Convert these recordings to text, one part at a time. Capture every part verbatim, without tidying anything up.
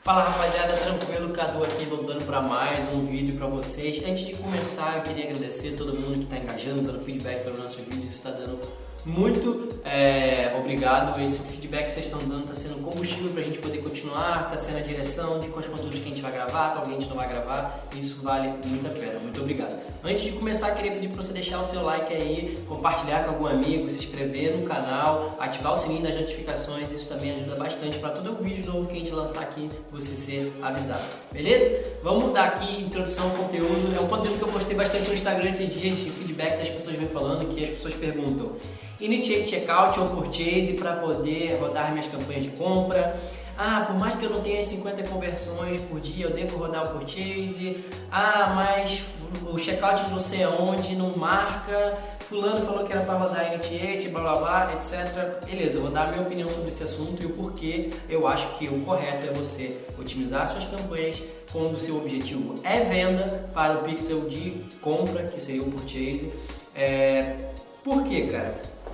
Fala rapaziada, tranquilo, Cadu aqui voltando para mais um vídeo para vocês. Antes de começar, eu queria agradecer a todo mundo que está engajando, dando feedback nos nossos vídeos, está dando muito é, obrigado. Esse feedback que vocês estão dando está sendo combustível para a gente poder continuar, está sendo a direção de quais conteúdos que a gente vai gravar, qual que a gente não vai gravar. Isso vale muito a pena, muito obrigado. Antes de começar, eu queria pedir para você deixar o seu like aí, compartilhar com algum amigo, se inscrever no canal, ativar o sininho das notificações. Isso também ajuda bastante para todo vídeo novo que a gente lançar aqui você ser avisado, beleza? Vamos mudar aqui, introdução ao conteúdo. É um conteúdo que eu postei bastante no Instagram esses dias, de feedback das pessoas vêm falando, que as pessoas perguntam: initiate checkout ou purchase para poder rodar minhas campanhas de compra. Ah, por mais que eu não tenha as cinquenta conversões por dia, eu devo rodar o purchase. Ah, mas o checkout de não sei aonde não marca. Fulano falou que era para rodar initiate, blá blá blá, etcétera. Beleza, eu vou dar a minha opinião sobre esse assunto e o porquê eu acho que o correto é você otimizar suas campanhas quando o seu objetivo é venda para o pixel de compra, que seria o purchase. É... Por quê, cara?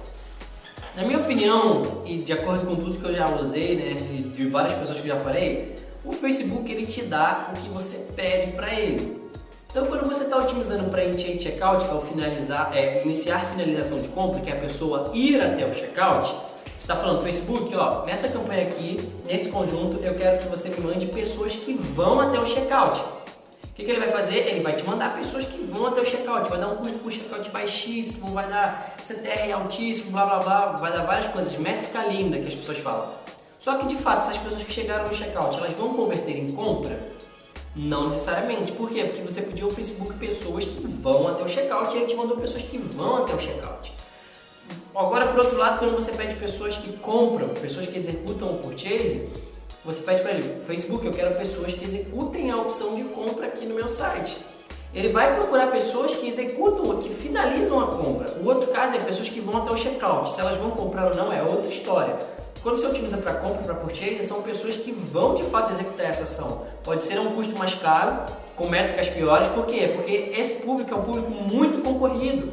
Na minha opinião, e de acordo com tudo que eu já usei, né, de várias pessoas que eu já falei, o Facebook ele te dá o que você pede para ele. Então, quando você está otimizando para initiate checkout, que é o finalizar, é, iniciar finalização de compra, que é a pessoa ir até o checkout, você está falando, Facebook, ó, nessa campanha aqui, nesse conjunto, eu quero que você me mande pessoas que vão até o checkout. O que, que ele vai fazer? Ele vai te mandar pessoas que vão até o checkout, vai dar um custo por checkout baixíssimo, vai dar C T R altíssimo, blá blá blá, vai dar várias coisas, métrica linda que as pessoas falam. Só que de fato, essas pessoas que chegaram no checkout, elas vão converter em compra? Não necessariamente. Por quê? Porque você pediu ao Facebook pessoas que vão até o checkout e ele te mandou pessoas que vão até o checkout. Agora, por outro lado, quando você pede pessoas que compram, pessoas que executam o purchase, você pede para ele: Facebook, eu quero pessoas que executem a opção de compra aqui no meu site. Ele vai procurar pessoas que executam, que finalizam a compra. O outro caso é pessoas que vão até o checkout. Se elas vão comprar ou não é outra história. Quando você otimiza para compra, para purchase, são pessoas que vão de fato executar essa ação. Pode ser a um custo mais caro, com métricas piores. Por quê? Porque esse público é um público muito concorrido.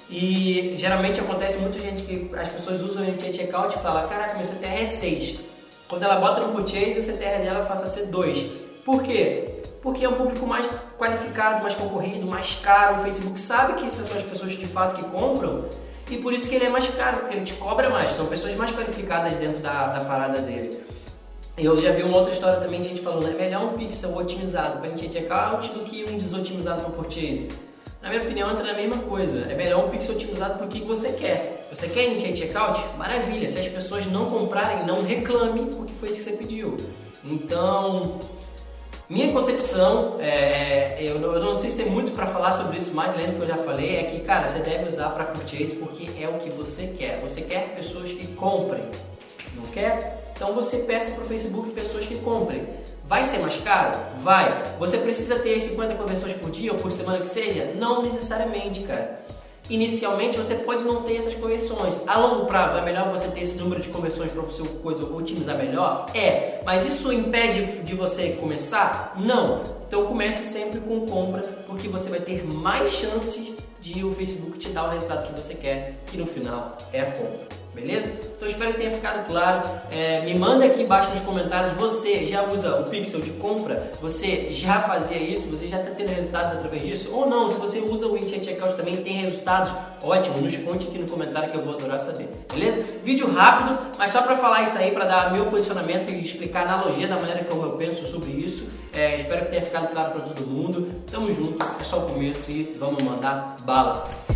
E geralmente acontece muita gente que as pessoas usam o initiate checkout e falam: caraca, meu C T R é seis. Quando ela bota no purchase, o C T R dela passa a ser dois. Por quê? Porque é um público mais qualificado, mais concorrido, mais caro. O Facebook sabe que essas são as pessoas de fato que compram e por isso que ele é mais caro, porque ele te cobra mais. São pessoas mais qualificadas dentro da, da parada dele. Eu já vi uma outra história também de gente falando: é melhor um pixel otimizado para initiate checkout do que um desotimizado para purchase. Na minha opinião, entra na mesma coisa. É melhor um pixel otimizado para o que você quer. Você quer initiate checkout? Maravilha. Se as pessoas não comprarem, não reclame, porque foi isso que você pediu. Então, minha concepção, é, eu, eu não sei se tem muito para falar sobre isso, mas além do que eu já falei, é que, cara, você deve usar para purchase porque é o que você quer. Você quer pessoas que comprem, não quer? Então você peça para o Facebook pessoas que comprem. Vai ser mais caro? Vai. Você precisa ter as cinquenta conversões por dia ou por semana que seja? Não necessariamente, cara. Inicialmente você pode não ter essas conversões. A longo prazo é melhor você ter esse número de conversões para o seu coisa otimizar melhor? É. Mas isso impede de você começar? Não. Então comece sempre com compra, porque você vai ter mais chances de o Facebook te dar o resultado que você quer, que no final é a compra. Beleza? Então espero que tenha ficado claro. É, me manda aqui embaixo nos comentários: você já usa o pixel de compra? Você já fazia isso? Você já está tendo resultados através disso? Ou não? Se você usa o initiate checkout também tem resultados? Ótimo, nos conte aqui no comentário que eu vou adorar saber. Beleza? Vídeo rápido, mas só para falar isso aí, para dar meu posicionamento e explicar a analogia da maneira como eu penso sobre isso. É, espero que tenha ficado claro para todo mundo. Tamo junto, é só o começo e vamos mandar bala.